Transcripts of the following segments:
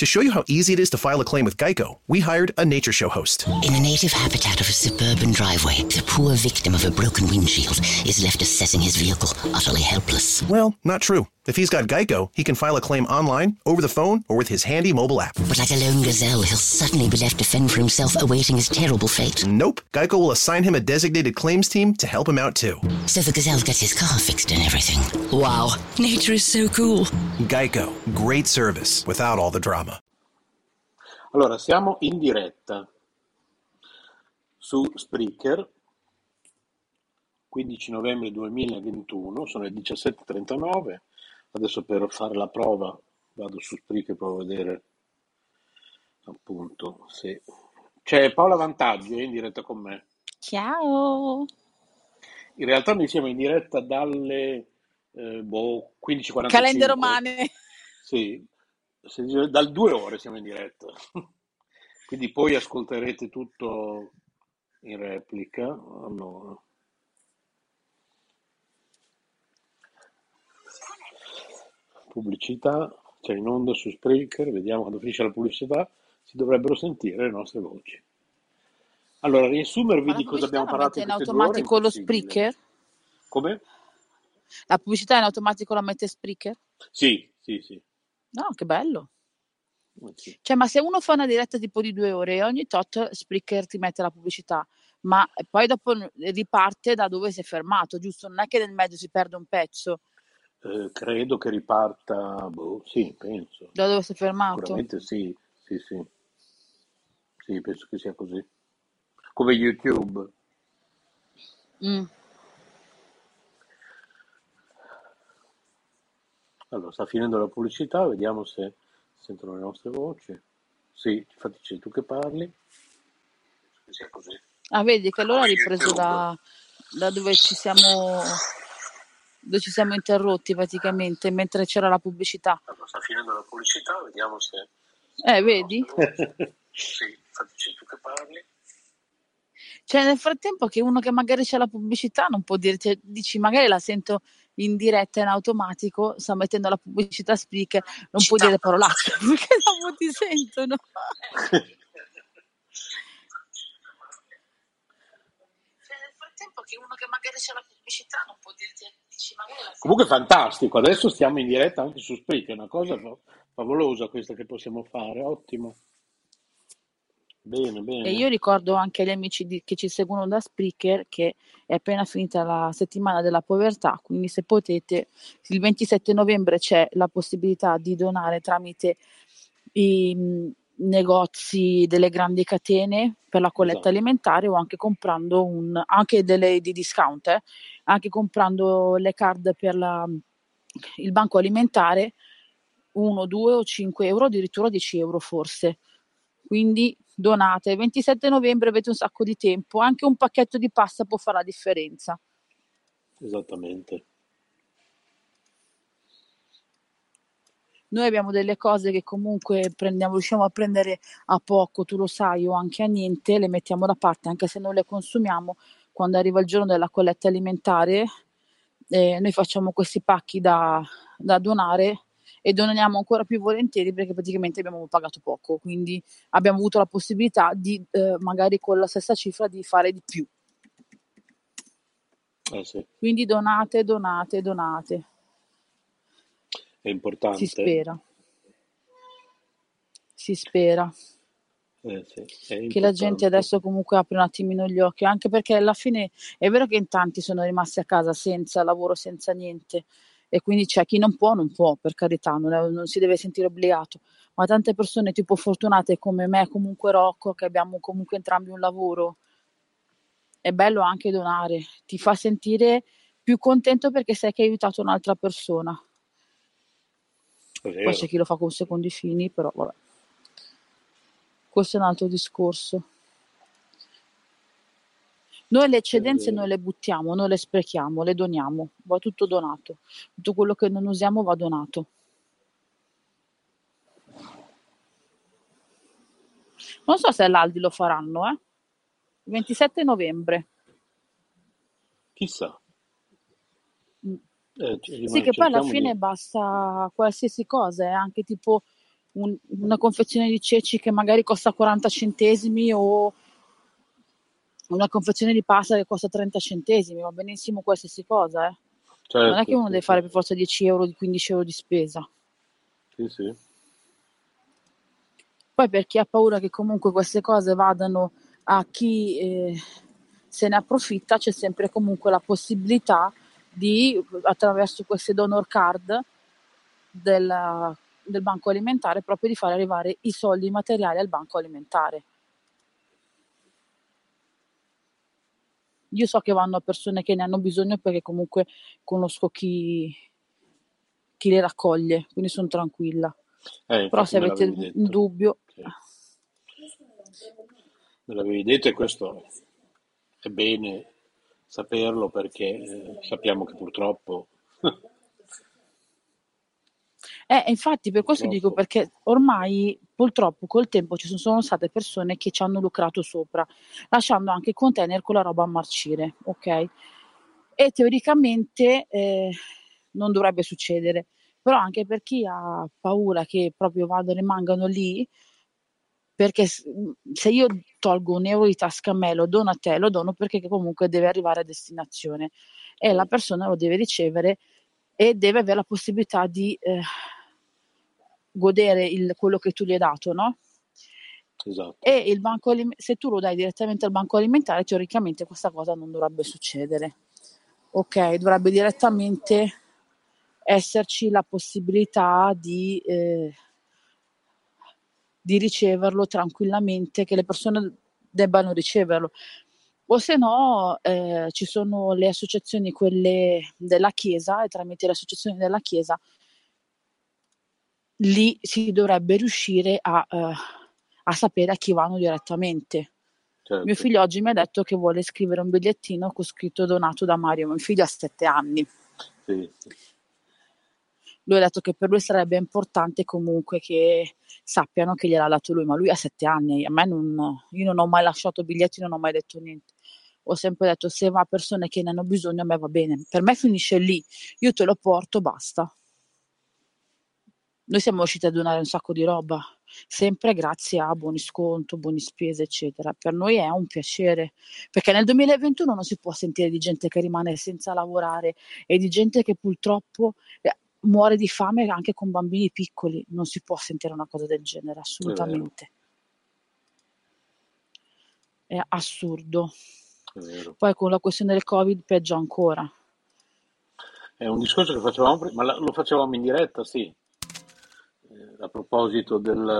To show you how easy it is to file a claim with Geico, we hired a nature show host. In the native habitat of a suburban driveway, the poor victim of a broken windshield is left assessing his vehicle, utterly helpless. Well, not true. If he's got Geico, he can file a claim online, over the phone, or with his handy mobile app. But like a lone gazelle, he'll suddenly be left to fend for himself, awaiting his terrible fate. Nope. Geico will assign him a designated claims team to help him out too. So the gazelle gets his car fixed and everything. Wow, nature is so cool. Geico. Great service without all the drama. Allora, siamo in diretta su Spreaker, 15 novembre 2021, sono le 17:39. Adesso per fare la prova vado su Spreaker, provo a vedere appunto se c'è Paola Vantaggio in diretta con me. Ciao! In realtà noi siamo in diretta dalle 15:45. Calende romane! Sì, dal 2 ore siamo in diretta. Quindi poi ascolterete tutto in replica. Allora. Pubblicità, cioè in onda su Spreaker, vediamo quando finisce la pubblicità, si dovrebbero sentire le nostre voci. Allora, riassumervi di cosa abbiamo parlato in queste 2 ore. In automatico lo Spreaker? Come? La pubblicità in automatico la mette Spreaker? Sì. No, che bello. Sì. Cioè, ma se uno fa una diretta tipo di 2 ore e ogni tot Spreaker ti mette la pubblicità, ma poi dopo riparte da dove si è fermato, giusto? Non è che nel mezzo si perde un pezzo. Credo che riparta, sì, penso. Da dove si è fermato? Sicuramente sì. Sì, penso che sia così. Come YouTube. Allora, sta finendo la pubblicità, vediamo se sentono le nostre voci. Sì, infatti c'è tu che parli. Penso che sia così. Ah, vedi che allora ha ripreso da dove ci siamo interrotti praticamente, mentre c'era la pubblicità. Allora, sta finendo la pubblicità, vediamo se... Vedi? Sì, infatti c'è tu che parli. Cioè, nel frattempo che uno che magari c'è la pubblicità non può dire, cioè, dici magari la sento in diretta in automatico, sta mettendo la pubblicità Spreaker, non può dire parolacce, perché dopo ti sentono. Che uno che magari c'è la pubblicità non può dirti, dici magari la... Comunque fantastico, adesso stiamo in diretta anche su Spreaker, è una cosa favolosa questa che possiamo fare, ottimo. Bene. E io ricordo anche agli amici che ci seguono da Spreaker che è appena finita la settimana della povertà, quindi se potete, il 27 novembre c'è la possibilità di donare tramite i negozi delle grandi catene per la colletta alimentare, o anche comprando anche di discount, anche comprando le card per il banco alimentare, 1, 2 o 5 euro, addirittura 10 euro forse. Quindi donate, 27 novembre avete un sacco di tempo, anche un pacchetto di pasta può fare la differenza. Esattamente. Noi abbiamo delle cose che comunque riusciamo a prendere a poco, tu lo sai, o anche a niente, le mettiamo da parte, anche se non le consumiamo. Quando arriva il giorno della colletta alimentare, noi facciamo questi pacchi da donare e doniamo ancora più volentieri, perché praticamente abbiamo pagato poco, quindi abbiamo avuto la possibilità di magari con la stessa cifra di fare di più. Sì. Quindi donate. È importante. Si spera. Sì, che la gente adesso comunque apre un attimino gli occhi, anche perché alla fine è vero che in tanti sono rimasti a casa senza lavoro, senza niente, e quindi c'è chi non può, per carità, non si deve sentire obbligato, ma tante persone tipo fortunate come me, comunque Rocco, che abbiamo comunque entrambi un lavoro, è bello anche donare, ti fa sentire più contento perché sai che hai aiutato un'altra persona. Poi c'è chi lo fa con secondi fini, però vabbè. Questo è un altro discorso. Noi le eccedenze non le buttiamo, non le sprechiamo, le doniamo, va tutto donato. Tutto quello che non usiamo va donato. Non so se all'Aldi lo faranno, il 27 novembre. Chissà. Sì, che poi alla fine basta qualsiasi cosa, anche tipo una confezione di ceci che magari costa 40 centesimi o una confezione di pasta che costa 30 centesimi, va benissimo qualsiasi cosa, eh. Non è che Certo, uno sì, deve sì, fare per forza 10 euro, di 15 euro di spesa. sì, sì. Poi per chi ha paura che comunque queste cose vadano a chi se ne approfitta, c'è sempre comunque la possibilità di, attraverso queste donor card del banco alimentare, proprio di far arrivare i soldi materiali al banco alimentare. Io so che vanno a persone che ne hanno bisogno perché comunque conosco chi li raccoglie, quindi sono tranquilla. Però Infatti se me avete l'avevi un detto. dubbio, Sì. Me l'avevi detto e questo è bene saperlo perché sappiamo che purtroppo, infatti per questo dico, purtroppo, perché ormai purtroppo col tempo ci sono state persone che ci hanno lucrato sopra, lasciando anche i container con la roba a marcire, ok? E teoricamente non dovrebbe succedere, però anche per chi ha paura che proprio rimangano lì, perché se io tolgo un euro di tasca a me, lo dono a te, lo dono perché comunque deve arrivare a destinazione e la persona lo deve ricevere e deve avere la possibilità di godere quello che tu gli hai dato, no? esatto, E il banco se tu lo dai direttamente al banco alimentare, teoricamente questa cosa non dovrebbe succedere. Ok, dovrebbe direttamente esserci la possibilità di riceverlo tranquillamente, che le persone debbano riceverlo. O se no ci sono le associazioni, quelle della Chiesa, e tramite le associazioni della Chiesa lì si dovrebbe riuscire a sapere a chi vanno direttamente. Mio certo, figlio oggi mi ha detto che vuole scrivere un bigliettino con scritto donato da Mario. Mio figlio ha 7 anni. sì, sì, Lui ha detto che per lui sarebbe importante comunque che sappiano che gliel'ha dato lui, ma lui ha 7 anni. Io non ho mai lasciato biglietti, non ho mai detto niente. Ho sempre detto se va a persone che ne hanno bisogno a me va bene. Per me finisce lì. Io te lo porto, basta. Noi siamo riusciti a donare un sacco di roba, sempre grazie a buoni sconto, buoni spese, eccetera. Per noi è un piacere, perché nel 2021 non si può sentire di gente che rimane senza lavorare e di gente che purtroppo muore di fame anche con bambini piccoli. Non si può sentire una cosa del genere, è vero, assolutamente. È assurdo. è vero. Poi con la questione del Covid peggio ancora. È un discorso che facevamo prima, ma lo facevamo in diretta, sì, a proposito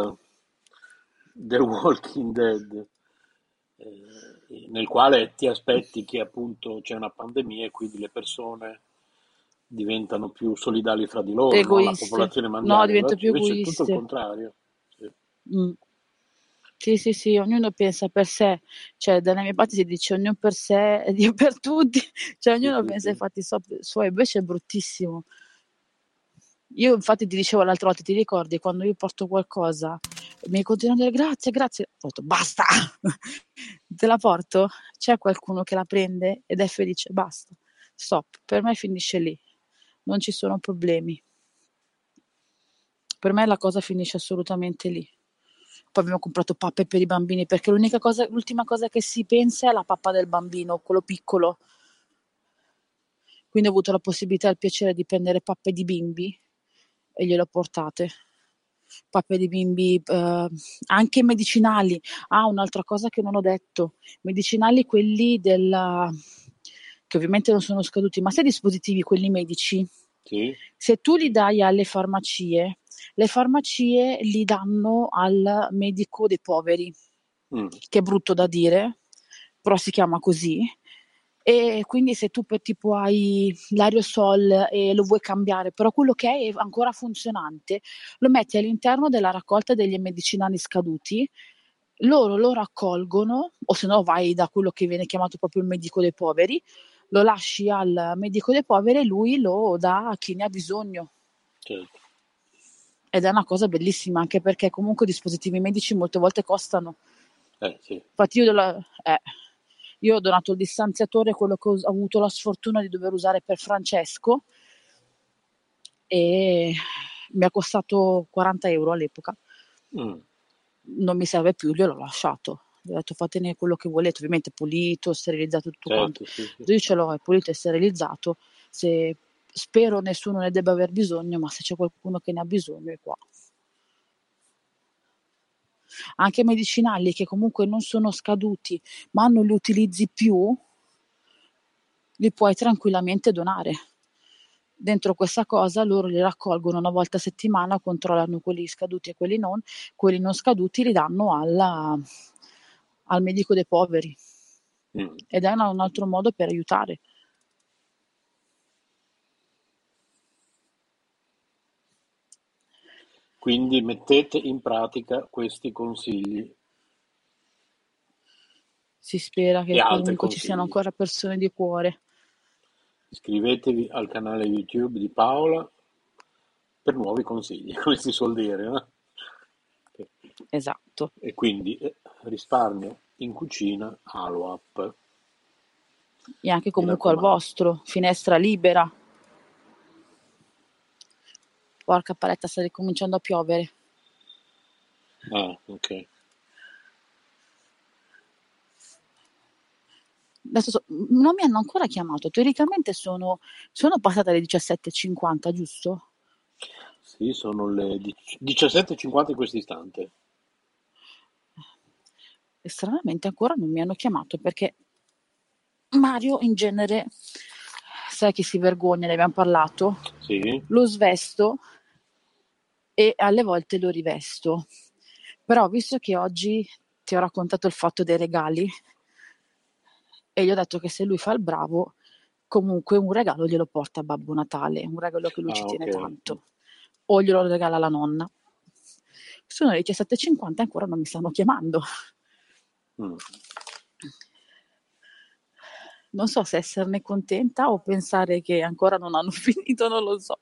del Walking Dead, nel quale ti aspetti che appunto c'è una pandemia e quindi le persone diventano più solidali fra di loro, no? La Egoiste. popolazione No, mondiale, divento più invece è tutto il egoiste. contrario. Sì, Mm. Sì, sì, sì, ognuno pensa per sé, cioè dalle mie parti si dice ognuno per sé e Dio per tutti, cioè sì, ognuno sì, pensa ai sì, fatti suoi, invece è bruttissimo. Io infatti ti dicevo l'altra volta, ti ricordi, quando io porto qualcosa, mi continuano a dire grazie, grazie, ho detto basta, te la porto, c'è qualcuno che la prende ed è felice, basta, stop, per me finisce lì, non ci sono problemi. Per me la cosa finisce assolutamente lì. Poi abbiamo comprato pappe per i bambini perché l'ultima cosa che si pensa è alla pappa del bambino, quello piccolo. Quindi ho avuto la possibilità e il piacere di prendere pappe di bimbi e gliele ho portate. Pappe di bimbi, anche medicinali. Ah, un'altra cosa che non ho detto. Medicinali quelli che ovviamente non sono scaduti, ma sai i dispositivi, quelli medici? sì, Se tu li dai alle farmacie, le farmacie li danno al medico dei poveri, mm, che è brutto da dire, però si chiama così. E quindi se tu per tipo hai l'aerosol e lo vuoi cambiare, però quello che è ancora funzionante, lo metti all'interno della raccolta degli medicinali scaduti, loro lo raccolgono, o se no vai da quello che viene chiamato proprio il medico dei poveri, lo lasci al medico dei poveri e lui lo dà a chi ne ha bisogno. certo, Ed è una cosa bellissima, anche perché comunque i dispositivi medici molte volte costano. sì, Infatti io ho donato il distanziatore, quello che ho avuto la sfortuna di dover usare per Francesco, e mi ha costato 40 euro all'epoca, Mm. non mi serve più, gliel'ho lasciato. Gli ho detto fatene quello che volete, ovviamente pulito, sterilizzato tutto quanto. Certo, sì, sì. Io ce l'ho, è pulito e sterilizzato, se, spero nessuno ne debba aver bisogno, ma se c'è qualcuno che ne ha bisogno è qua. Anche medicinali che comunque non sono scaduti, ma non li utilizzi più, li puoi tranquillamente donare. Dentro questa cosa loro li raccolgono una volta a settimana, controllano quelli scaduti e quelli non scaduti li danno al medico dei poveri. Mm. Ed è un altro modo per aiutare. Quindi mettete in pratica questi consigli Si spera e che altri comunque ci siano consigli. ancora persone di cuore. Iscrivetevi al canale YouTube di Paola per nuovi consigli, come si suol dire, no? Esatto. E quindi risparmio in cucina Aloap, E anche mi comunque al raccomando. vostro, finestra libera. Porca paletta, sta ricominciando a piovere. Ah, ok. Adesso non mi hanno ancora chiamato, teoricamente sono passate le 17:50, giusto? Sì, sono le 17:50 in questo istante. E stranamente ancora non mi hanno chiamato perché Mario in genere, sai che si vergogna, ne abbiamo parlato, Sì? lo svesto e alle volte lo rivesto. Però visto che oggi ti ho raccontato il fatto dei regali e gli ho detto che se lui fa il bravo, comunque un regalo glielo porta a Babbo Natale, un regalo che lui ci Ah, ok. tiene tanto, o glielo regala la nonna. Sono le 17:50 e ancora non mi stanno chiamando. Mm. Non so se esserne contenta o pensare che ancora non hanno finito, non lo so.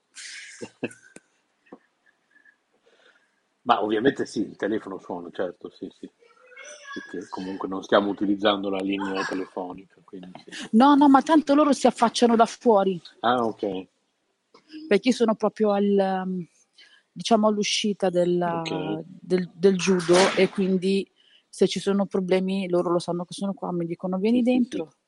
Ma ovviamente sì, il telefono suona, certo, sì, sì. Perché comunque non stiamo utilizzando la linea telefonica, quindi sì. No, no, ma tanto loro si affacciano da fuori, Ah, ok, perché io sono proprio diciamo all'uscita ok. del judo e quindi se ci sono problemi loro lo sanno che sono qua, mi dicono Sì, vieni sì, sì. dentro,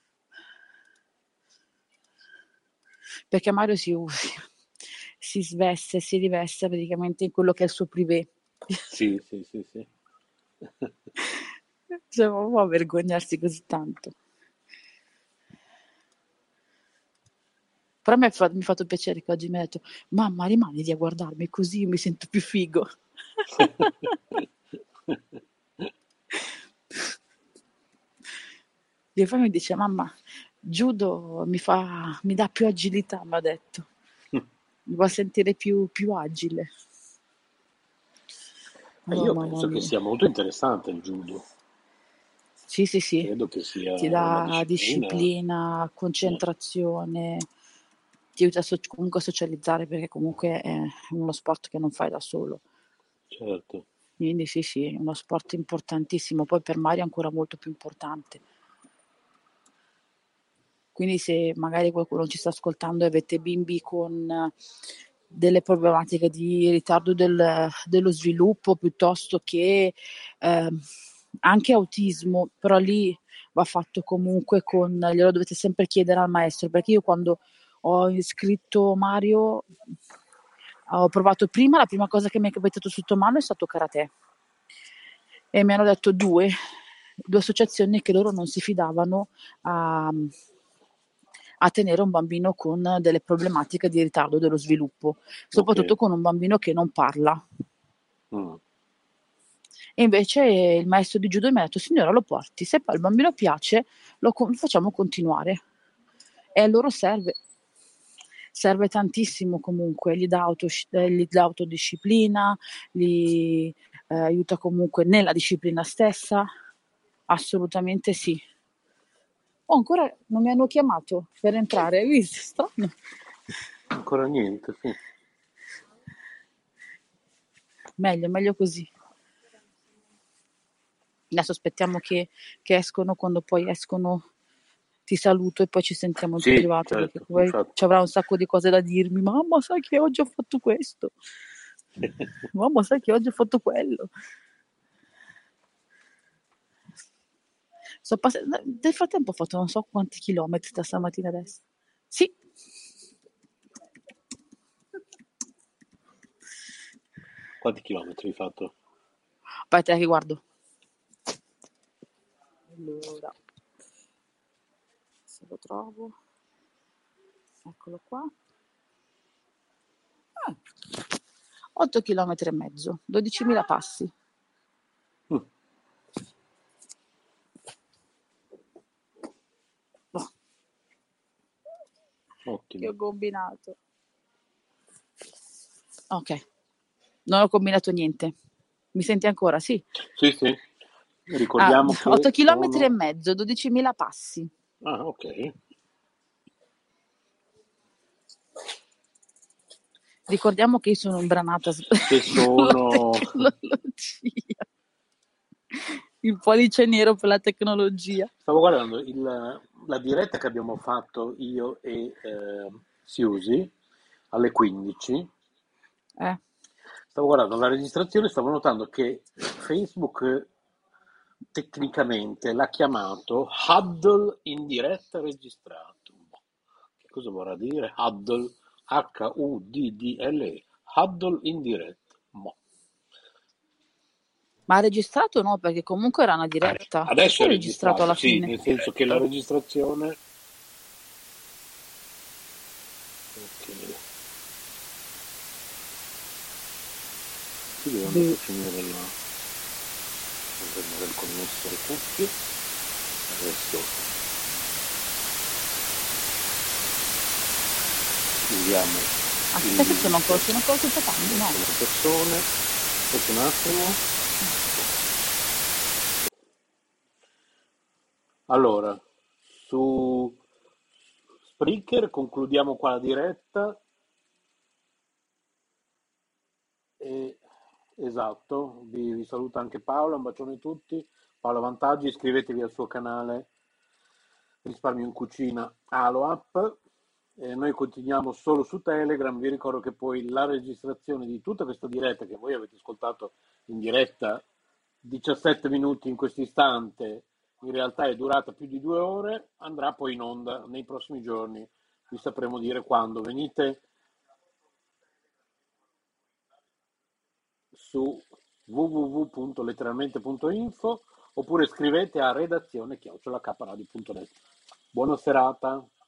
perché Mario si sveste, si riveste praticamente in quello che è il suo privé. Sì, sì, sì, sì. Cioè, ma può vergognarsi così tanto. Però mi ha fatto piacere che oggi mi ha detto, mamma rimani lì a guardarmi così io mi sento più figo. E poi mi dice, mamma, judo mi dà più agilità, mi ha detto, mi fa sentire più agile. Oh, Io mamma penso che mia. sia molto interessante il judo. Sì, sì, sì, Credo che ti sia una dà disciplina. disciplina, concentrazione, ti aiuta comunque a socializzare perché comunque è uno sport che non fai da solo. Certo. Quindi sì, sì, è uno sport importantissimo, poi per Mario è ancora molto più importante. Quindi se magari qualcuno ci sta ascoltando e avete bimbi con delle problematiche di ritardo dello sviluppo piuttosto che anche autismo, però lì va fatto comunque glielo dovete sempre chiedere al maestro, perché io quando ho iscritto Mario ho provato la prima cosa che mi è capitato sotto mano è stato karate e mi hanno detto due associazioni che loro non si fidavano a tenere un bambino con delle problematiche di ritardo dello sviluppo, Ok. soprattutto con un bambino che non parla. Mm. E invece il maestro di judo mi ha detto, signora lo porti, se poi il bambino piace lo facciamo continuare. E a loro serve tantissimo comunque, gli dà autodisciplina, gli aiuta comunque nella disciplina stessa, assolutamente sì. Oh, ancora non mi hanno chiamato per entrare, hai visto? Strano. Ancora niente, sì. Meglio così. Adesso aspettiamo che escono, quando poi escono ti saluto e poi ci sentiamo in Sì, privato perché certo, poi infatti. ci avrà un sacco di cose da dirmi. Mamma, sai che oggi ho fatto questo? Mamma, sai che oggi ho fatto quello? Nel frattempo ho fatto non so quanti chilometri da stamattina adesso. Sì, Quanti chilometri hai fatto? aspetta che guardo. Allora, se lo trovo. Eccolo qua. 8 chilometri e mezzo, 12.000 passi. Mm, Oh, che ottimo. ho combinato. Ok, non ho combinato niente. Mi senti ancora? Sì. Sì, sì. Ricordiamo 8 che chilometri e sono... mezzo, 12.000 passi. Ah, ok. Ricordiamo che io sono imbranata Che con la sono... tecnologia. Il pollice nero per la tecnologia. Stavo guardando la diretta che abbiamo fatto io e Siusi alle 15. Eh. Stavo guardando la registrazione, stavo notando che Facebook tecnicamente l'ha chiamato Huddle in diretta registrato. Che cosa vorrà dire? Huddle, Huddle, Huddle in diretta. Boh. Ma ha registrato o no? Perché comunque era una diretta. Adesso Perché è ha registrato registrato, alla sì, fine? nel senso che la registrazione... Ok. Qui devo andare a finire il connesso alle cuffie. Adesso usiamo Aspetta che sono ancora sul le tappato, no. persone. Aspetta un attimo. Allora, su Spreaker concludiamo qua la diretta. Esatto, vi saluta anche Paolo, un bacione a tutti. Paolo Vantaggi, iscrivetevi al suo canale Risparmio in Cucina Aloapp. Noi continuiamo solo su Telegram. Vi ricordo che poi la registrazione di tutta questa diretta che voi avete ascoltato in diretta 17 minuti in questo istante, in realtà è durata più di 2 ore, andrà poi in onda nei prossimi giorni. Vi sapremo dire quando. Venite su www.letteralmente.info oppure scrivete a redazione@capradio.net. Buona serata.